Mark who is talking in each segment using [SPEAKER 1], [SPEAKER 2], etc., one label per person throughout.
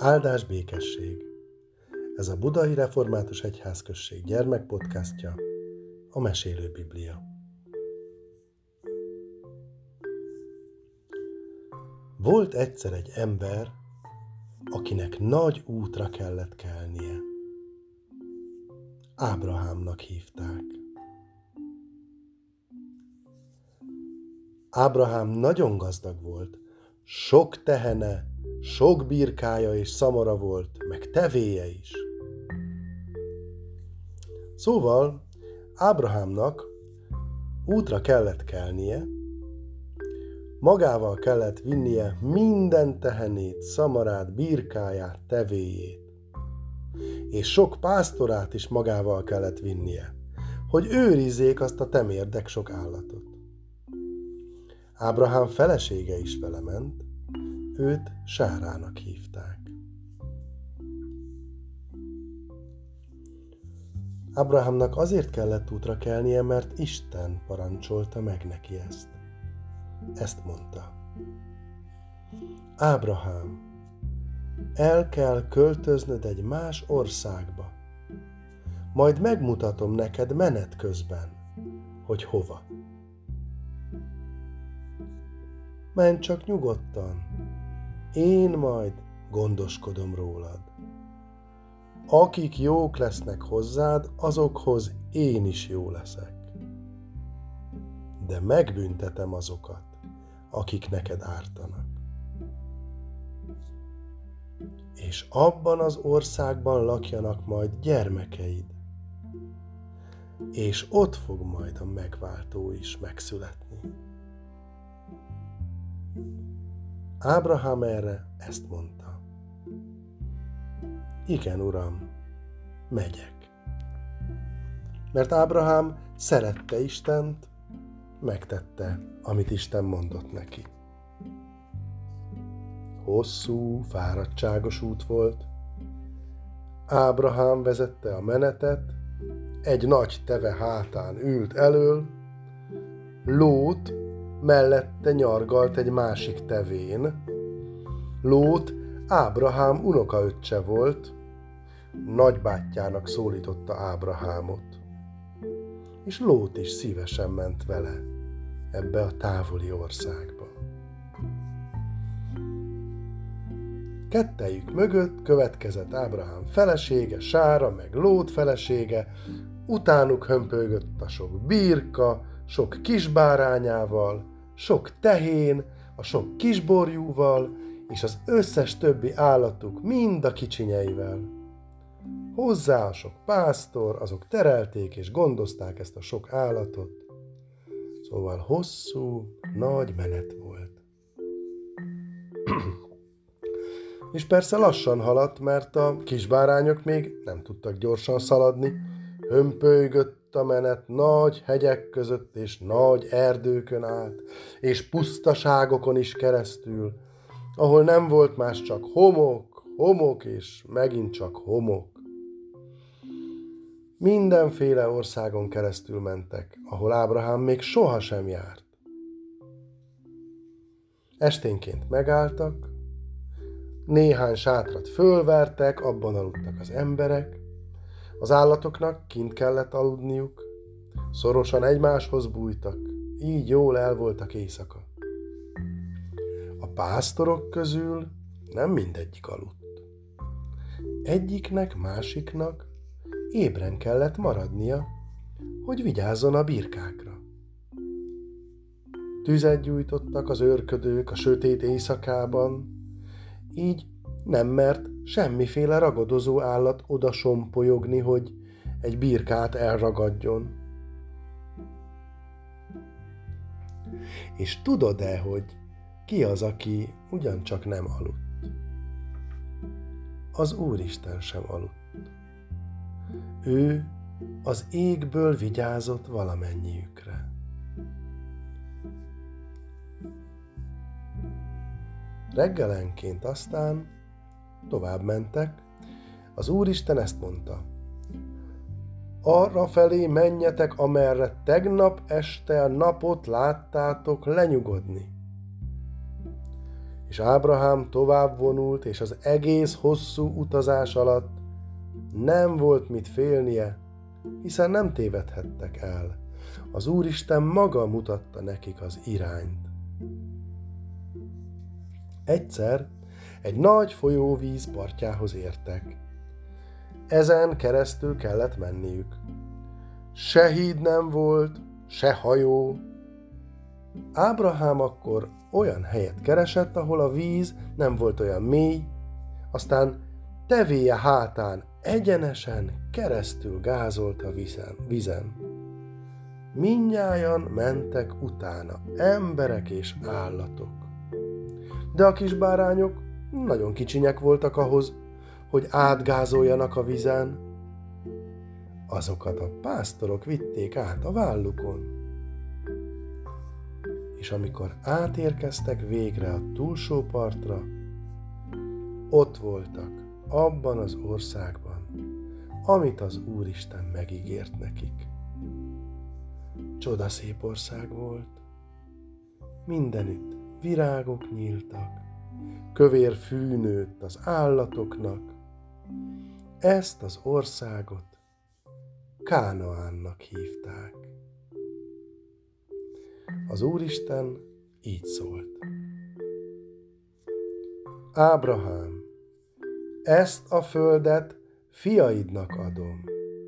[SPEAKER 1] Áldás békesség! Ez a Budai Református Egyházközség gyermekpodcastja, a Mesélő Biblia. Volt egyszer egy ember, akinek nagy útra kellett kelnie. Ábrahámnak hívták. Ábrahám nagyon gazdag volt, sok tehene, sok birkája és szamara volt, meg tevéje is. Szóval Ábrahámnak útra kellett kelnie, magával kellett vinnie minden tehenét, szamarát, birkáját, tevéjét, és sok pásztorát is magával kellett vinnie, hogy őrizzék azt a temérdek sok állatot. Ábrahám felesége is vele ment, őt Sárának hívták. Ábrahámnak azért kellett útra kelnie, mert Isten parancsolta meg neki ezt. Ezt mondta: Ábrahám, el kell költöznöd egy más országba, majd megmutatom neked menet közben, hogy hova. Menj csak nyugodtan, én majd gondoskodom rólad. Akik jók lesznek hozzád, azokhoz én is jó leszek. De megbüntetem azokat, akik neked ártanak. És abban az országban lakjanak majd gyermekeid, és ott fog majd a megváltó is megszületni. Ábrahám erre ezt mondta: igen, uram, megyek. Mert Ábrahám szerette Istent, megtette, amit Isten mondott neki. Hosszú, fáradtságos út volt. Ábrahám vezette a menetet, egy nagy teve hátán ült elől, Lót mellette nyargalt egy másik tevén. Lót Ábrahám unokaöccse volt, nagybátyjának szólította Ábrahámot, és Lót is szívesen ment vele ebbe a távoli országba. Kettejük mögött következett Ábrahám felesége, Sára, meg Lót felesége, utánuk hömpölygött a sok birka, sok kisbárányával, sok tehén, a sok kisborjúval, és az összes többi állatuk mind a kicsinyeivel. Hozzá a sok pásztor, azok terelték és gondozták ezt a sok állatot. Szóval hosszú, nagy menet volt. És persze lassan haladt, mert a kisbárányok még nem tudtak gyorsan szaladni. Hömpölygött a menet nagy hegyek között és nagy erdőkön át, és pusztaságokon is keresztül, ahol nem volt más, csak homok, homok és megint csak homok. Mindenféle országon keresztül mentek, ahol Ábrahám még sohasem járt. Esténként megálltak, néhány sátrat fölvertek, abban aludtak az emberek, az állatoknak kint kellett aludniuk, szorosan egymáshoz bújtak, így jól el voltak éjszaka. A pásztorok közül nem mindegyik aludt. Egyiknek, másiknak ébren kellett maradnia, hogy vigyázzon a birkákra. Tüzet gyújtottak az őrködők a sötét éjszakában, így nem mert semmiféle ragadozó állat oda sompolyogni, hogy egy birkát elragadjon. És tudod-e, hogy ki az, aki ugyancsak nem aludt? Az Úristen sem aludt. Ő az égből vigyázott valamennyiükre. Reggelenként aztán tovább mentek. Az Úristen ezt mondta: arra felé menjetek, amerre tegnap este a napot láttátok lenyugodni. És Ábrahám tovább vonult, és az egész hosszú utazás alatt nem volt mit félnie, hiszen nem tévedhettek el. Az Úristen maga mutatta nekik az irányt. Egyszer egy nagy folyóvíz partjához értek. Ezen keresztül kellett menniük. Se híd nem volt, se hajó. Ábrahám akkor olyan helyet keresett, ahol a víz nem volt olyan mély, aztán tevéje hátán egyenesen keresztül gázolt a vízen. Mindnyájan mentek utána, emberek és állatok. De a kisbárányok nagyon kicsinyek voltak ahhoz, hogy átgázoljanak a vízen. Azokat a pásztorok vitték át a vállukon. És amikor átérkeztek végre a túlsó partra, ott voltak, abban az országban, amit az Úristen megígért nekik. Csodaszép ország volt. Mindenütt virágok nyíltak, kövér fű nőtt az állatoknak. Ezt az országot Kánaánnak hívták. Az Úristen így szólt. Ábrahám, ezt a földet fiaidnak adom.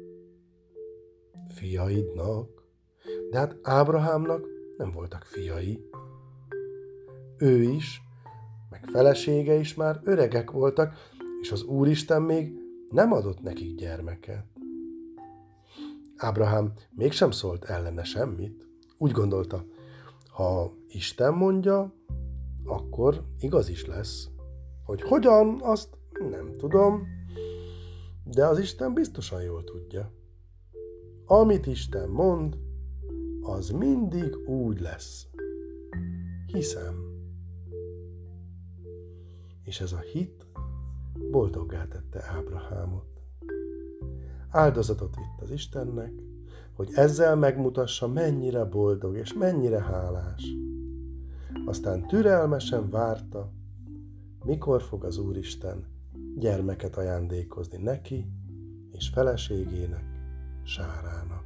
[SPEAKER 1] Fiaidnak? De hát Ábrahámnak nem voltak fiai. Ő is, meg felesége is már öregek voltak, és az Úristen még nem adott nekik gyermeket. Ábrahám mégsem szólt ellene semmit. Úgy gondolta, ha Isten mondja, akkor igaz is lesz. Hogy hogyan, azt nem tudom, de az Isten biztosan jól tudja. Amit Isten mond, az mindig úgy lesz. Hiszem. És ez a hit boldoggá tette Ábrahámot. Áldozatot vitt az Istennek, hogy ezzel megmutassa, mennyire boldog és mennyire hálás. Aztán türelmesen várta, mikor fog az Úristen gyermeket ajándékozni neki és feleségének, Sárának.